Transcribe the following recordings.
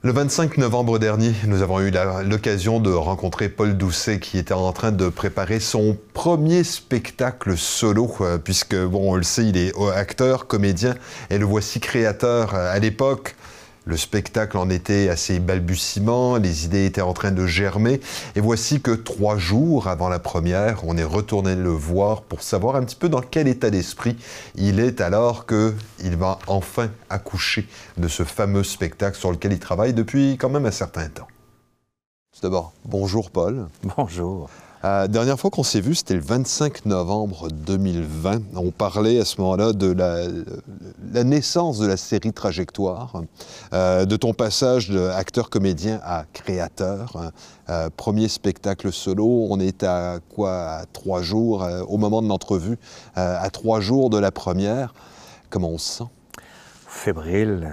Le 25 novembre dernier, nous avons eu l'occasion de rencontrer Paul Doucet qui était en train de préparer son premier spectacle solo, puisque, bon, on le sait, il est acteur, comédien, et le voici créateur. À l'époque, le spectacle en était à ses balbutiements, les idées étaient en train de germer, et voici que 3 jours avant la première, on est retourné le voir pour savoir un petit peu dans quel état d'esprit il est alors qu'il va enfin accoucher de ce fameux spectacle sur lequel il travaille depuis quand même un certain temps. Tout d'abord, bonjour Paul. Bonjour. Dernière fois qu'on s'est vu, c'était le 25 novembre 2020. On parlait à ce moment-là de la naissance de la série Trajectoire, de ton passage d'acteur-comédien à créateur. Premier spectacle solo, on est à quoi? À 3 jours, au moment de l'entrevue, à 3 jours de la première. Comment on se sent? Fébrile,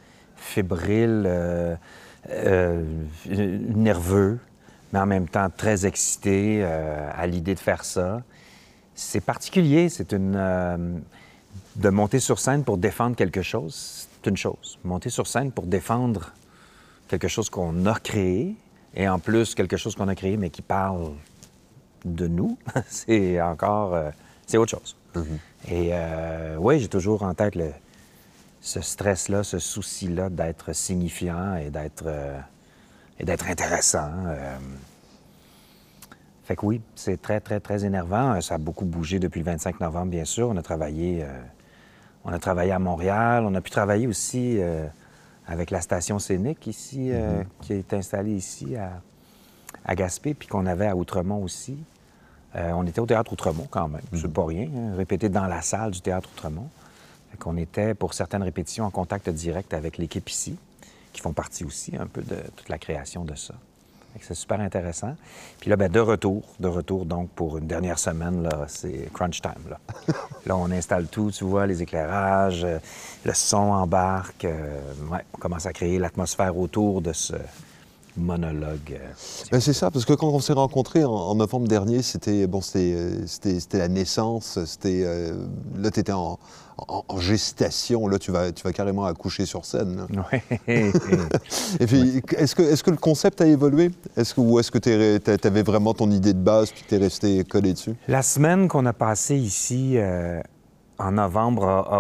nerveux, mais en même temps très excité à l'idée de faire ça. C'est particulier, de monter sur scène pour défendre quelque chose, c'est une chose. Monter sur scène pour défendre quelque chose qu'on a créé, et en plus quelque chose qu'on a créé mais qui parle de nous, c'est encore, c'est autre chose. Mm-hmm. Et oui, j'ai toujours en tête ce stress-là, ce souci-là d'être signifiant et d'être intéressant. Fait que oui, c'est très, très, très énervant. Ça a beaucoup bougé depuis le 25 novembre, bien sûr. On a travaillé à Montréal. On a pu travailler aussi avec la station scénique ici, qui est installée ici à Gaspé, puis qu'on avait à Outremont aussi. On était au Théâtre Outremont quand même, c'est pas rien, hein, répété dans la salle du Théâtre Outremont. Fait qu'on était, pour certaines répétitions, en contact direct avec l'équipe ici, qui font partie aussi un peu de toute la création de ça. C'est super intéressant. Puis là, bien, de retour donc pour une dernière semaine, là, c'est crunch time. Là, on installe tout, tu vois, les éclairages, le son embarque. Ouais, on commence à créer l'atmosphère autour de ce monologue. Ben c'est ça, parce que quand on s'est rencontrés en novembre dernier, c'était la naissance, là, tu étais en gestation, là, tu vas carrément accoucher sur scène. Oui. Et puis, est-ce que le concept a évolué? Ou est-ce que tu avais vraiment ton idée de base puis tu es resté collé dessus? La semaine qu'on a passée ici, en novembre, a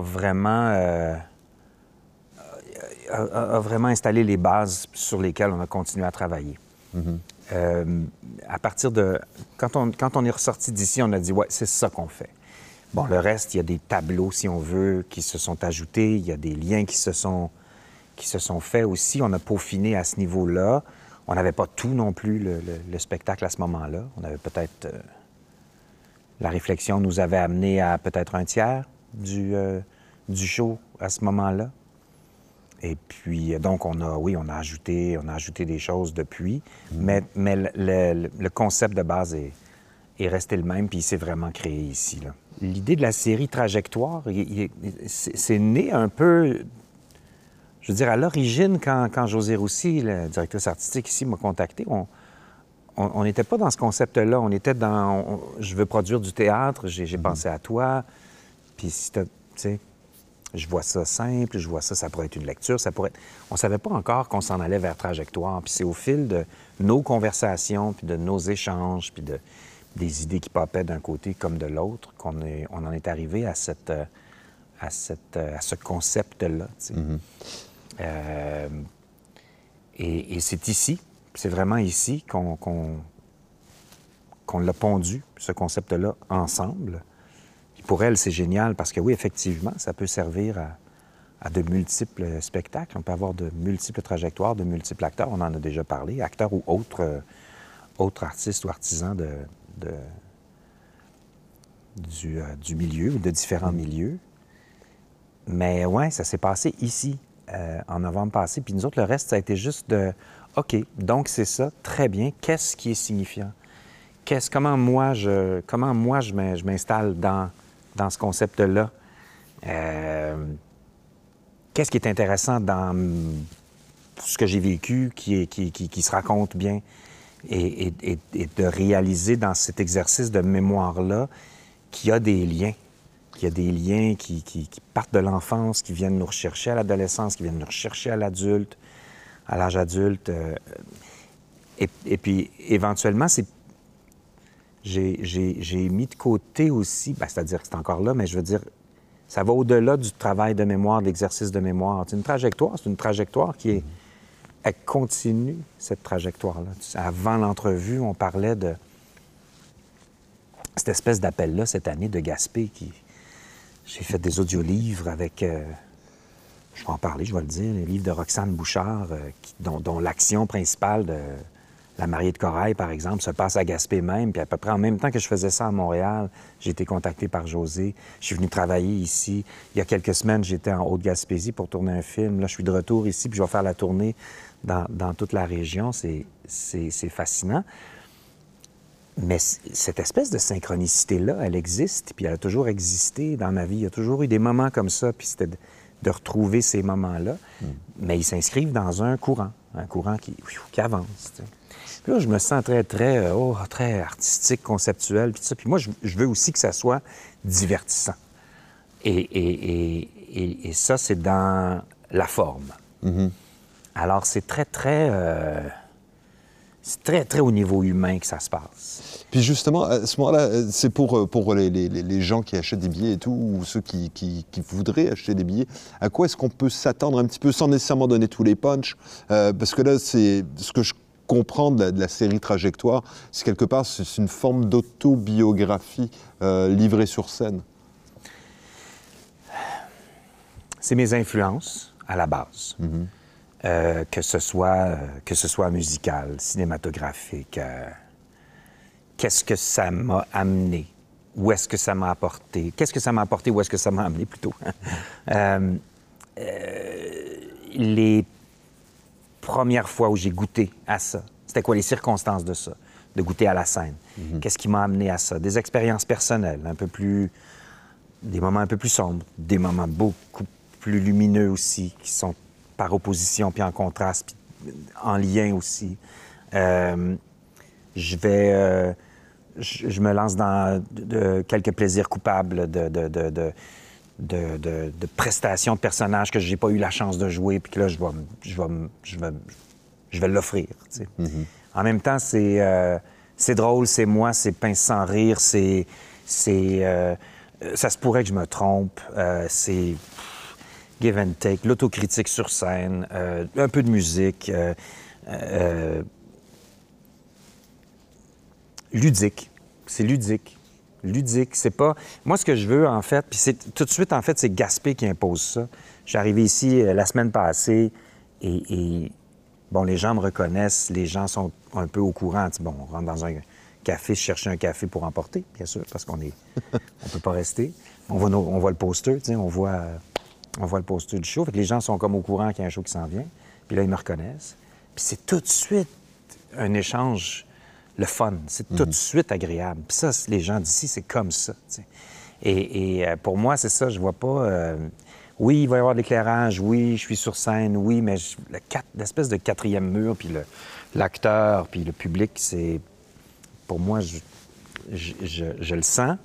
vraiment installé les bases sur lesquelles on a continué à travailler. Mm-hmm. À partir de... Quand on est ressorti d'ici, on a dit « ouais, c'est ça qu'on fait ». Bon, le reste, il y a des tableaux, si on veut, qui se sont ajoutés. Il y a des liens qui se sont faits aussi. On a peaufiné à ce niveau-là. On n'avait pas tout non plus, le spectacle à ce moment-là. On avait peut-être... la réflexion nous avait amené à peut-être un tiers du show à ce moment-là. Et puis, donc, on a ajouté des choses depuis. Mm-hmm. Mais le concept de base est resté le même, puis il s'est vraiment créé ici, là. L'idée de la série Trajectoire, c'est né un peu... Je veux dire, à l'origine, quand José Roussy, la directrice artistique ici, m'a contacté, on n'était pas dans ce concept-là. On était dans... je veux produire du théâtre, j'ai pensé à toi. Puis, tu sais, je vois ça simple, je vois ça pourrait être une lecture, ça pourrait être... On savait pas encore qu'on s'en allait vers Trajectoire. Puis c'est au fil de nos conversations, puis de nos échanges, puis des idées qui popaient d'un côté comme de l'autre, qu'on en est arrivé à ce concept-là. Mm-hmm. Et c'est ici, c'est vraiment ici qu'on l'a pondu, ce concept-là, ensemble. Puis pour elle, c'est génial parce que oui, effectivement, ça peut servir à de multiples spectacles. On peut avoir de multiples trajectoires, de multiples acteurs. On en a déjà parlé, acteurs ou autres artistes ou artisans du milieu ou de différents milieux. Mais oui, ça s'est passé ici, en novembre passé. Puis nous autres, le reste, ça a été juste de « OK, donc c'est ça, très bien. Qu'est-ce qui est signifiant? Comment moi, je m'installe dans ce concept-là? Qu'est-ce qui est intéressant dans ce que j'ai vécu, qui se raconte bien? Et de réaliser dans cet exercice de mémoire-là qu'il y a des liens. Qu'il y a des liens qui partent de l'enfance, qui viennent nous rechercher à l'adolescence, qui viennent nous rechercher à l'adulte. à l'âge adulte. Et puis, éventuellement, j'ai mis de côté aussi, c'est-à-dire que c'est encore là, mais je veux dire, ça va au-delà du travail de mémoire, de l'exercice de mémoire. C'est une trajectoire qui est... Elle continue, cette trajectoire-là. Avant l'entrevue, on parlait de cette espèce d'appel-là, cette année de Gaspé, j'ai fait des audiolivres avec... je vais en parler, je vais le dire, les livres de Roxane Bouchard, dont l'action principale de La mariée de Corail, par exemple, se passe à Gaspé même. Puis à peu près en même temps que je faisais ça à Montréal, j'ai été contacté par José. Je suis venu travailler ici. Il y a quelques semaines, j'étais en Haute-Gaspésie pour tourner un film. Là, je suis de retour ici, puis je vais faire la tournée dans toute la région. C'est fascinant. Mais cette espèce de synchronicité-là, elle existe, puis elle a toujours existé dans ma vie. Il y a toujours eu des moments comme ça, puis c'était de retrouver ces moments-là. Mais ils s'inscrivent dans un courant qui avance. T'sais. Puis là, je me sens très artistique, conceptuel, puis tout ça. Puis moi, je veux aussi que ça soit divertissant. Et ça, c'est dans la forme. Alors, c'est très au niveau humain que ça se passe. Puis justement, à ce moment-là, c'est pour les gens qui achètent des billets et tout, ou ceux qui voudraient acheter des billets, à quoi est-ce qu'on peut s'attendre un petit peu, sans nécessairement donner tous les punchs? Parce que là, c'est ce que je comprends de la série Trajectoire, c'est quelque part, c'est une forme d'autobiographie livrée sur scène. C'est mes influences, à la base. Que ce soit musical, cinématographique. Qu'est-ce que ça m'a amené? Où est-ce que ça m'a apporté? Qu'est-ce que ça m'a apporté? Où est-ce que ça m'a amené, plutôt? Les premières fois où j'ai goûté à ça, c'était quoi les circonstances de ça, de goûter à la scène? Qu'est-ce qui m'a amené à ça? Des expériences personnelles, des moments un peu plus sombres, des moments beaucoup plus lumineux aussi, qui sont par opposition, puis en contraste, puis en lien aussi. Je me lance dans quelques plaisirs coupables de prestations de personnages que j'ai pas eu la chance de jouer, puis que là, je vais l'offrir. Tu sais. En même temps, c'est drôle, c'est moi, c'est pince sans rire, ça se pourrait que je me trompe, c'est give and take, l'autocritique sur scène, un peu de musique, ludique. C'est ludique. Ludique, c'est pas... Moi, ce que je veux, en fait, puis tout de suite, en fait, c'est Gaspé qui impose ça. Je suis arrivé ici la semaine passée et bon, les gens me reconnaissent, les gens sont un peu au courant. Bon, on rentre dans un café, je cherche un café pour emporter, bien sûr, parce qu'on peut pas rester. On voit le poster, tu sais, on voit le poster du show. Fait que les gens sont comme au courant qu'il y a un show qui s'en vient. Puis là, ils me reconnaissent. Puis c'est tout de suite un échange, le fun. C'est tout de suite agréable. Puis ça, les gens d'ici, c'est comme ça. Tu sais. Et pour moi, c'est ça. Je vois pas... oui, il va y avoir de l'éclairage. Oui, je suis sur scène. Oui, mais l'espèce de quatrième mur, puis l'acteur, puis le public, c'est... Pour moi, je le sens.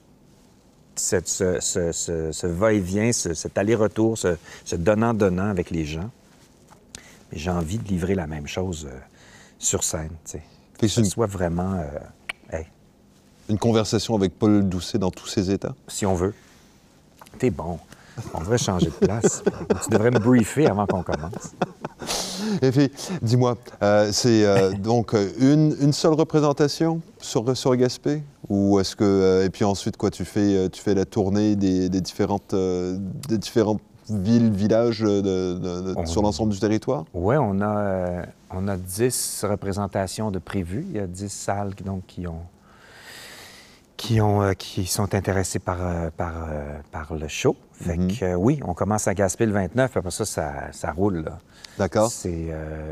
Ce va-et-vient, cet aller-retour, ce donnant-donnant avec les gens. Mais j'ai envie de livrer la même chose sur scène, tu sais. Que ce soit vraiment... Une conversation avec Paul Doucet dans tous ses états? Si on veut. T'es bon. On devrait changer de place. Tu devrais me briefer avant qu'on commence. Et puis, dis-moi, c'est donc une seule représentation sur Gaspé? Ou est-ce que... et puis ensuite, quoi, tu fais la tournée des différentes villes, villages sur l'ensemble du territoire? Oui, on a 10 représentations de prévues. Il y a 10 salles donc, qui sont intéressés par le show. Fait que oui, on commence à Gaspé le 29, puis après ça roule. Là. D'accord. C'est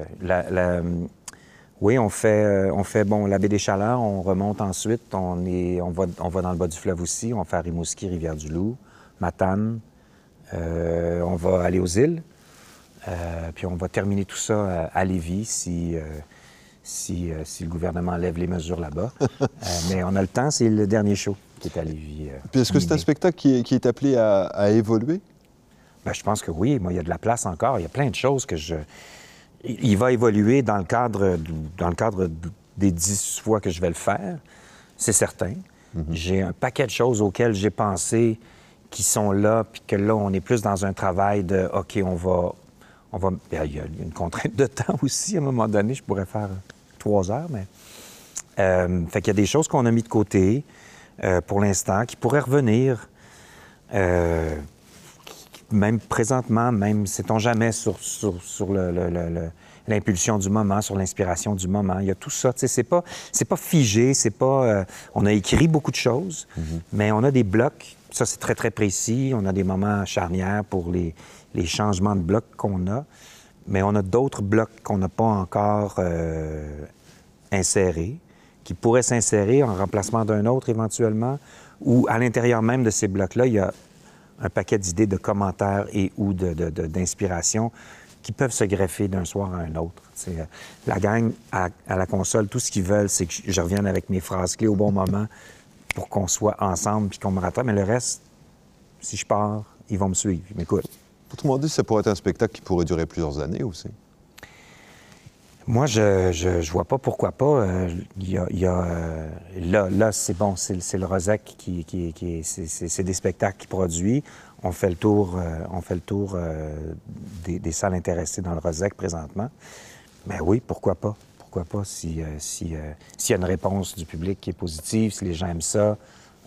oui, on fait bon, la baie des Chaleurs, on remonte ensuite, on va dans le bas du fleuve aussi, on fait Rimouski, Rivière-du-Loup, Matane, on va aller aux îles, puis on va terminer tout ça à Lévis si le gouvernement lève les mesures là-bas. Mais on a le temps, c'est le dernier show qui est à Lévis. Puis est-ce que c'est un spectacle qui est appelé à évoluer? Bien, je pense que oui. Moi, il y a de la place encore. Il y a plein de choses que Il va évoluer dans le cadre des 10 fois que je vais le faire, c'est certain. J'ai un paquet de choses auxquelles j'ai pensé qui sont là, puis que là, on est plus dans un travail de OK, on va. Bien, il y a une contrainte de temps aussi. À un moment donné, je pourrais faire 3 heures, mais. Fait qu'il y a des choses qu'on a mis de côté pour l'instant qui pourraient revenir. Même présentement, même, sait-on jamais, sur l'impulsion du moment, sur l'inspiration du moment. Il y a tout ça. C'est pas figé, c'est pas... on a écrit beaucoup de choses, mais on a des blocs. Ça, c'est très, très précis. On a des moments charnières pour les changements de blocs qu'on a. Mais on a d'autres blocs qu'on n'a pas encore insérés, qui pourraient s'insérer en remplacement d'un autre éventuellement, ou à l'intérieur même de ces blocs-là, il y a un paquet d'idées, de commentaires et ou d'inspiration qui peuvent se greffer d'un soir à un autre. La gang à la console, tout ce qu'ils veulent, c'est que je revienne avec mes phrases clés au bon moment pour qu'on soit ensemble puis qu'on me rattrape. Mais le reste, si je pars, ils vont me suivre. Ils m'écoutent. Autrement dit, ça pourrait être un spectacle qui pourrait durer plusieurs années aussi. Moi, je vois pas pourquoi pas. Là, c'est bon, c'est le Rosec c'est des spectacles qu'il produit. On fait le tour, des salles intéressées dans le Rosec présentement. Mais oui, pourquoi pas? Pourquoi pas s'il y a une réponse du public qui est positive, si les gens aiment ça.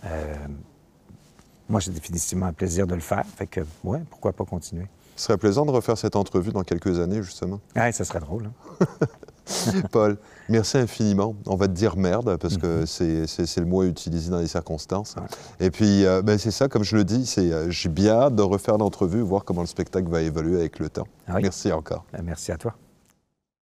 Moi, c'est définitivement un plaisir de le faire. Fait que, ouais, pourquoi pas continuer? Ce serait plaisant de refaire cette entrevue dans quelques années, justement. Ah, ça serait drôle. Hein? Paul, merci infiniment. On va te dire merde, parce que c'est le mot utilisé dans les circonstances. Ouais. Et puis, c'est ça, comme je le dis, j'ai bien hâte de refaire l'entrevue, voir comment le spectacle va évoluer avec le temps. Ah oui. Merci encore. Merci à toi.